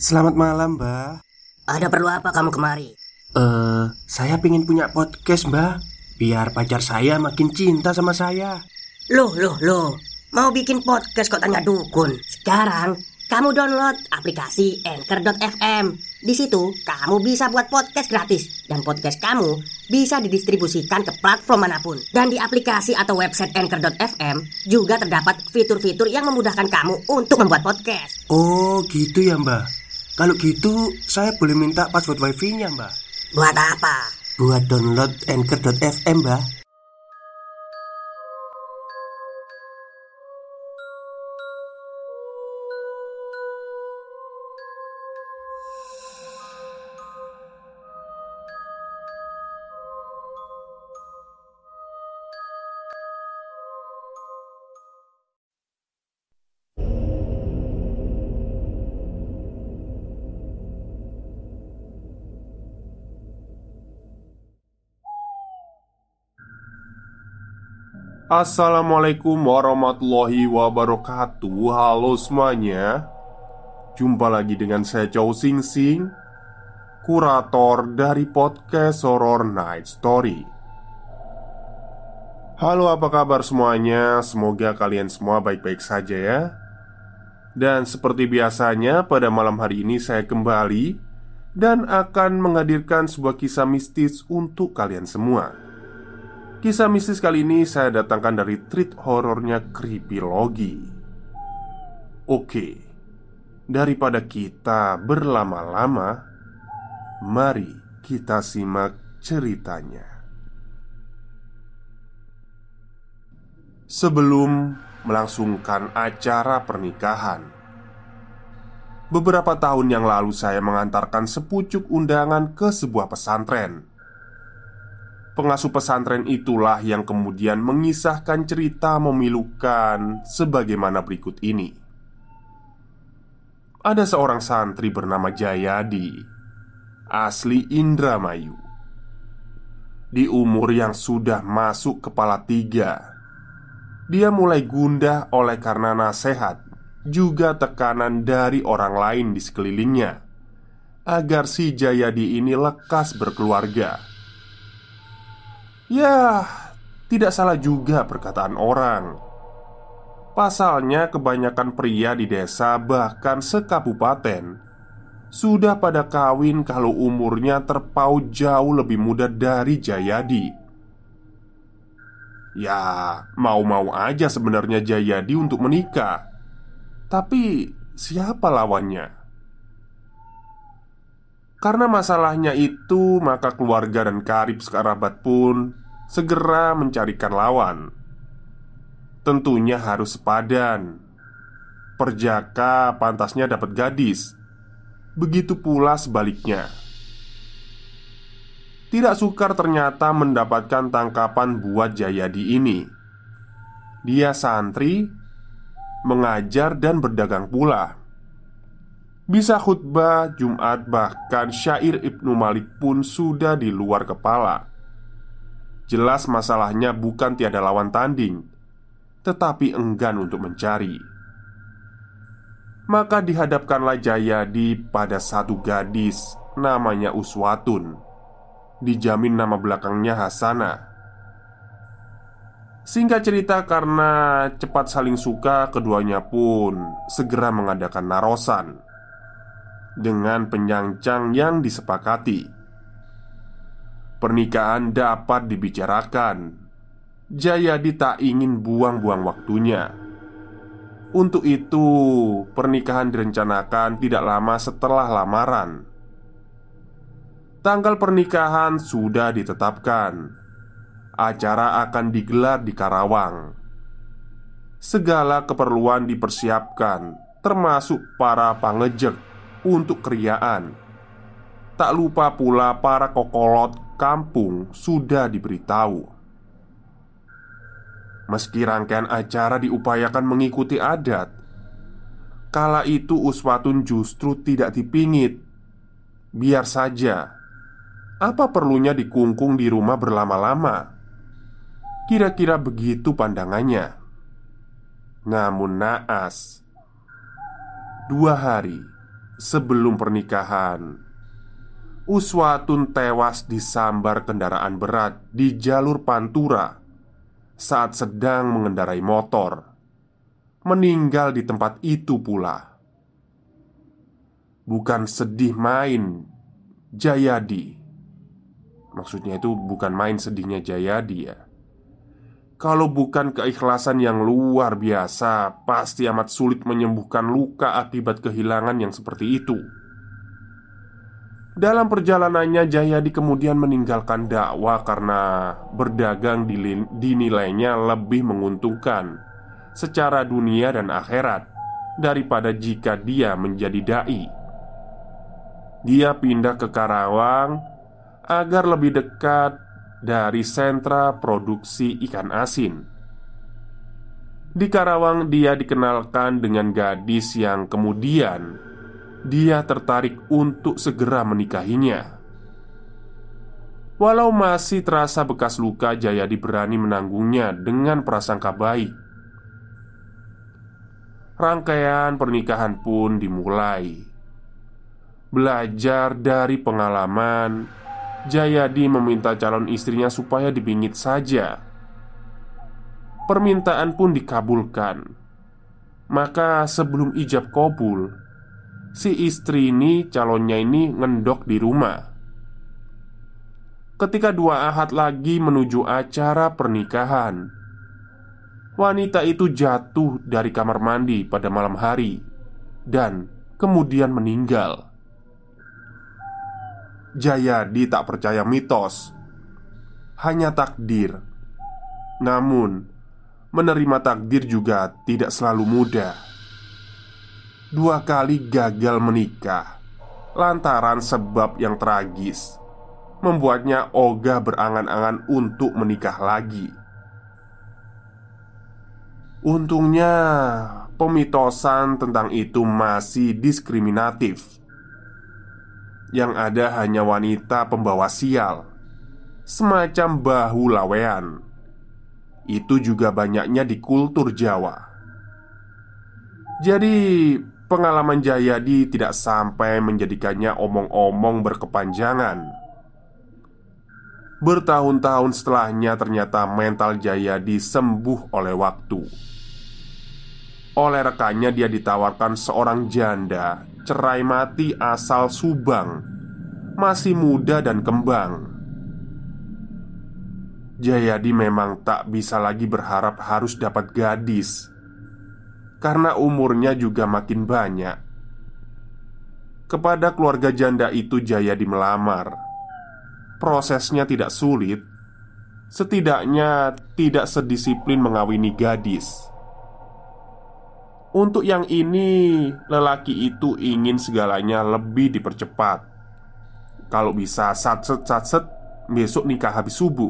Selamat malam, Mbak. Ada perlu apa kamu kemari? Saya pengen punya podcast, Mbak. Biar pacar saya makin cinta sama saya. Loh. Mau bikin podcast kok tanya dukun? Sekarang kamu download aplikasi Anchor.fm. Di situ kamu bisa buat podcast gratis. Dan podcast kamu bisa didistribusikan ke platform manapun. Dan di aplikasi atau website Anchor.fm juga terdapat fitur-fitur yang memudahkan kamu untuk membuat podcast. Oh, gitu ya, Mbak. Kalau gitu, saya boleh minta password wifi-nya, Mbak. Buat apa? Buat download Anchor.fm, Mbak. Assalamualaikum warahmatullahi wabarakatuh. Halo semuanya. Jumpa lagi dengan saya Chow Sing Sing, kurator dari podcast Horror Night Story. Halo, apa kabar semuanya? Semoga kalian semua baik-baik saja ya. Dan seperti biasanya, pada malam hari ini saya kembali dan akan menghadirkan sebuah kisah mistis untuk kalian semua. Kisah mistis kali ini saya datangkan dari treat horornya Creepylogy. Oke, daripada kita berlama-lama, mari kita simak ceritanya. Sebelum melangsungkan acara pernikahan, beberapa tahun yang lalu saya mengantarkan sepucuk undangan ke sebuah pesantren. Pengasuh pesantren itulah yang kemudian mengisahkan cerita memilukan sebagaimana berikut ini. Ada seorang santri bernama Jayadi, asli Indramayu. Di umur yang sudah masuk kepala 3, dia mulai gundah oleh karena nasihat juga tekanan dari orang lain di sekelilingnya agar si Jayadi ini lekas berkeluarga. Ya, tidak salah juga perkataan orang. Pasalnya kebanyakan pria di desa bahkan sekabupaten sudah pada kawin kalau umurnya terpaut jauh lebih muda dari Jayadi. Ya, mau-mau aja sebenarnya Jayadi untuk menikah. Tapi siapa lawannya? Karena masalahnya itu, maka keluarga dan karib sekerabat pun segera mencarikan lawan. Tentunya harus sepadan. Perjaka pantasnya dapat gadis. Begitu pula sebaliknya. Tidak sukar ternyata mendapatkan tangkapan buat Jayadi ini. Dia santri, mengajar dan berdagang pula. Bisa khutbah Jumat, bahkan syair Ibnu Malik pun sudah di luar kepala. Jelas masalahnya bukan tiada lawan tanding, tetapi enggan untuk mencari. Maka dihadapkanlah Jayadi pada satu gadis namanya Uswatun. Dijamin nama belakangnya Hasanah. Singkat cerita, karena cepat saling suka, keduanya pun segera mengadakan narosan dengan penyancang yang disepakati. Pernikahan dapat dibicarakan. Jayadi tak ingin buang-buang waktunya. Untuk itu, pernikahan direncanakan tidak lama setelah lamaran. Tanggal pernikahan sudah ditetapkan. Acara akan digelar di Karawang. Segala keperluan dipersiapkan, termasuk para pangejek untuk keriaan. Tak lupa pula para kokolot kampung sudah diberitahu. Meski rangkaian acara diupayakan mengikuti adat, kala itu Uswatun justru tidak dipingit. Biar saja. Apa perlunya dikungkung di rumah berlama-lama? Kira-kira begitu pandangannya. Namun naas, 2 hari sebelum pernikahan, Uswatun tewas disambar kendaraan berat di jalur Pantura saat sedang mengendarai motor. Meninggal di tempat itu pula. Bukan sedih main Jayadi. Maksudnya itu bukan main sedihnya Jayadi ya. Kalau bukan keikhlasan yang luar biasa, pasti amat sulit menyembuhkan luka akibat kehilangan yang seperti itu. Dalam perjalanannya, Jayadi kemudian meninggalkan dakwah karena berdagang dinilainya lebih menguntungkan secara dunia dan akhirat daripada jika dia menjadi dai. Dia pindah ke Karawang agar lebih dekat dari sentra produksi ikan asin. Di Karawang dia dikenalkan dengan gadis yang kemudian dia tertarik untuk segera menikahinya. Walau masih terasa bekas luka, Jayadi berani menanggungnya dengan prasangka baik. Rangkaian pernikahan pun dimulai. Belajar dari pengalaman, Jayadi meminta calon istrinya supaya dibingit saja. Permintaan pun dikabulkan. Maka sebelum ijab kabul, si istri ini, calonnya ini ngendok di rumah. Ketika 2 ahad lagi menuju acara pernikahan, wanita itu jatuh dari kamar mandi pada malam hari dan kemudian meninggal. Jayadi tak percaya mitos, hanya takdir. Namun, menerima takdir juga tidak selalu mudah. 2 kali gagal menikah lantaran sebab yang tragis membuatnya ogah berangan-angan untuk menikah lagi. Untungnya, pemitosan tentang itu masih diskriminatif. Yang ada hanya wanita pembawa sial, semacam bahu lawean. Itu juga banyaknya di kultur Jawa. Jadi pengalaman Jayadi tidak sampai menjadikannya omong-omong berkepanjangan. Bertahun-tahun setelahnya ternyata mental Jayadi sembuh oleh waktu. Oleh rekannya dia ditawarkan seorang janda cerai mati asal Subang, masih muda dan kembang. Jayadi memang tak bisa lagi berharap harus dapat gadis, karena umurnya juga makin banyak. Kepada keluarga janda itu Jayadi melamar. Prosesnya tidak sulit, setidaknya tidak sedisiplin mengawini gadis. Untuk yang ini, lelaki itu ingin segalanya lebih dipercepat. Kalau bisa satset, besok nikah habis subuh.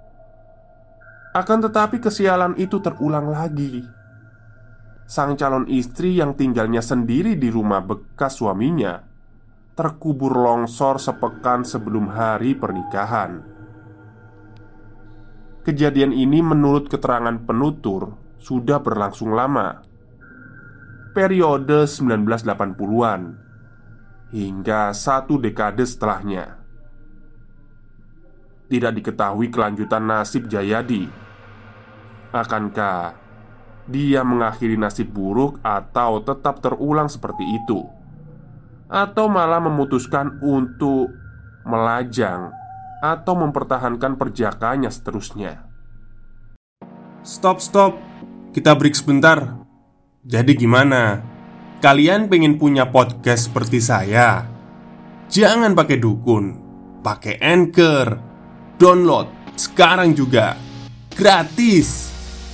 Akan tetapi kesialan itu terulang lagi. Sang calon istri yang tinggalnya sendiri di rumah bekas suaminya terkubur longsor sepekan sebelum hari pernikahan. Kejadian ini menurut keterangan penutur sudah berlangsung lama, periode 1980-an hingga 1 dekade setelahnya. Tidak diketahui kelanjutan nasib Jayadi. Akankah dia mengakhiri nasib buruk atau tetap terulang seperti itu, atau malah memutuskan untuk melajang atau mempertahankan perjakanya seterusnya? Stop, kita break sebentar. Jadi gimana? Kalian pengen punya podcast seperti saya? Jangan pakai dukun, pakai Anchor. Download sekarang juga, gratis.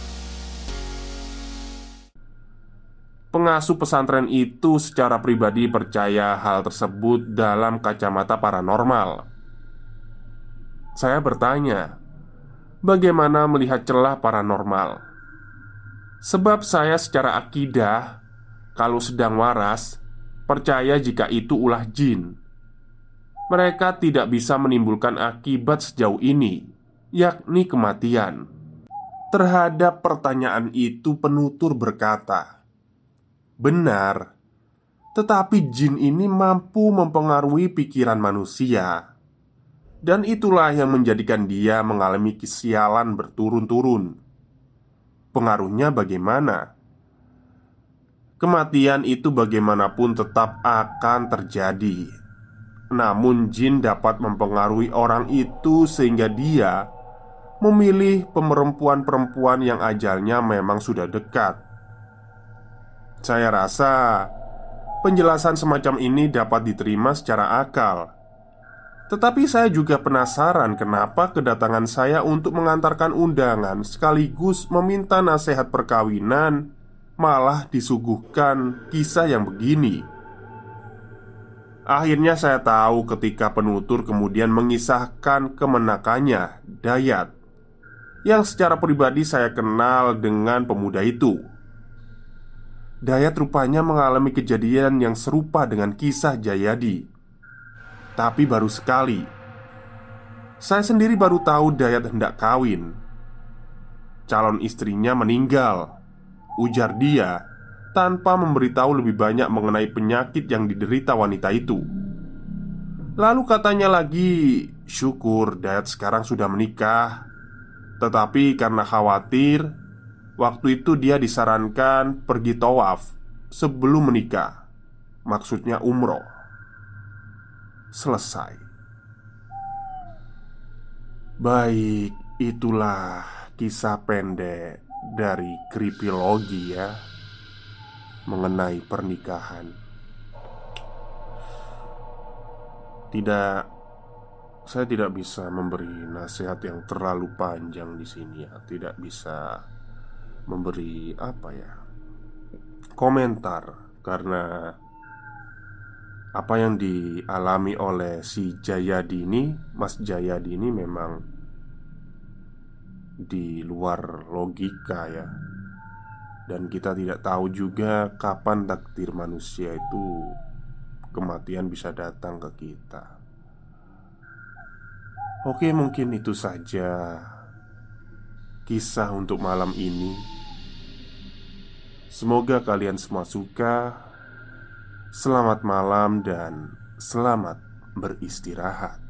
Pengasuh pesantren itu secara pribadi percaya hal tersebut dalam kacamata paranormal. Saya bertanya, bagaimana melihat celah paranormal? Sebab saya secara akidah, kalau sedang waras, percaya jika itu ulah jin. Mereka tidak bisa menimbulkan akibat sejauh ini, yakni kematian. Terhadap pertanyaan itu penutur berkata, benar, Tetapi jin ini mampu mempengaruhi pikiran manusia. Dan itulah yang menjadikan dia mengalami kesialan berturun-turun. Pengaruhnya bagaimana? Kematian itu bagaimanapun tetap akan terjadi. Namun jin dapat mempengaruhi orang itu sehingga dia memilih perempuan-perempuan yang ajalnya memang sudah dekat. Saya rasa penjelasan semacam ini dapat diterima secara akal. Tetapi saya juga penasaran kenapa kedatangan saya untuk mengantarkan undangan sekaligus meminta nasihat perkawinan malah disuguhkan kisah yang begini. Akhirnya saya tahu ketika penutur kemudian mengisahkan kemenakannya, Dayat, yang secara pribadi saya kenal dengan pemuda itu. Dayat rupanya mengalami kejadian yang serupa dengan kisah Jayadi, tapi baru sekali. Saya sendiri baru tahu Dayat hendak kawin. Calon istrinya meninggal, ujar dia tanpa memberitahu lebih banyak mengenai penyakit yang diderita wanita itu. Lalu katanya lagi, syukur Dayat sekarang sudah menikah. Tetapi karena khawatir, waktu itu dia disarankan pergi tawaf sebelum menikah. Maksudnya umroh. Selesai. Baik, itulah kisah pendek dari Creepylogy ya, mengenai pernikahan. Saya tidak bisa memberi nasihat yang terlalu panjang di sini ya. Tidak bisa memberi komentar, karena apa yang dialami oleh si Jayadi ini, Mas Jayadi ini memang di luar logika ya. Dan kita tidak tahu juga kapan takdir manusia itu kematian bisa datang ke kita. Oke, mungkin itu saja kisah untuk malam ini. Semoga kalian semua suka. Selamat malam dan selamat beristirahat.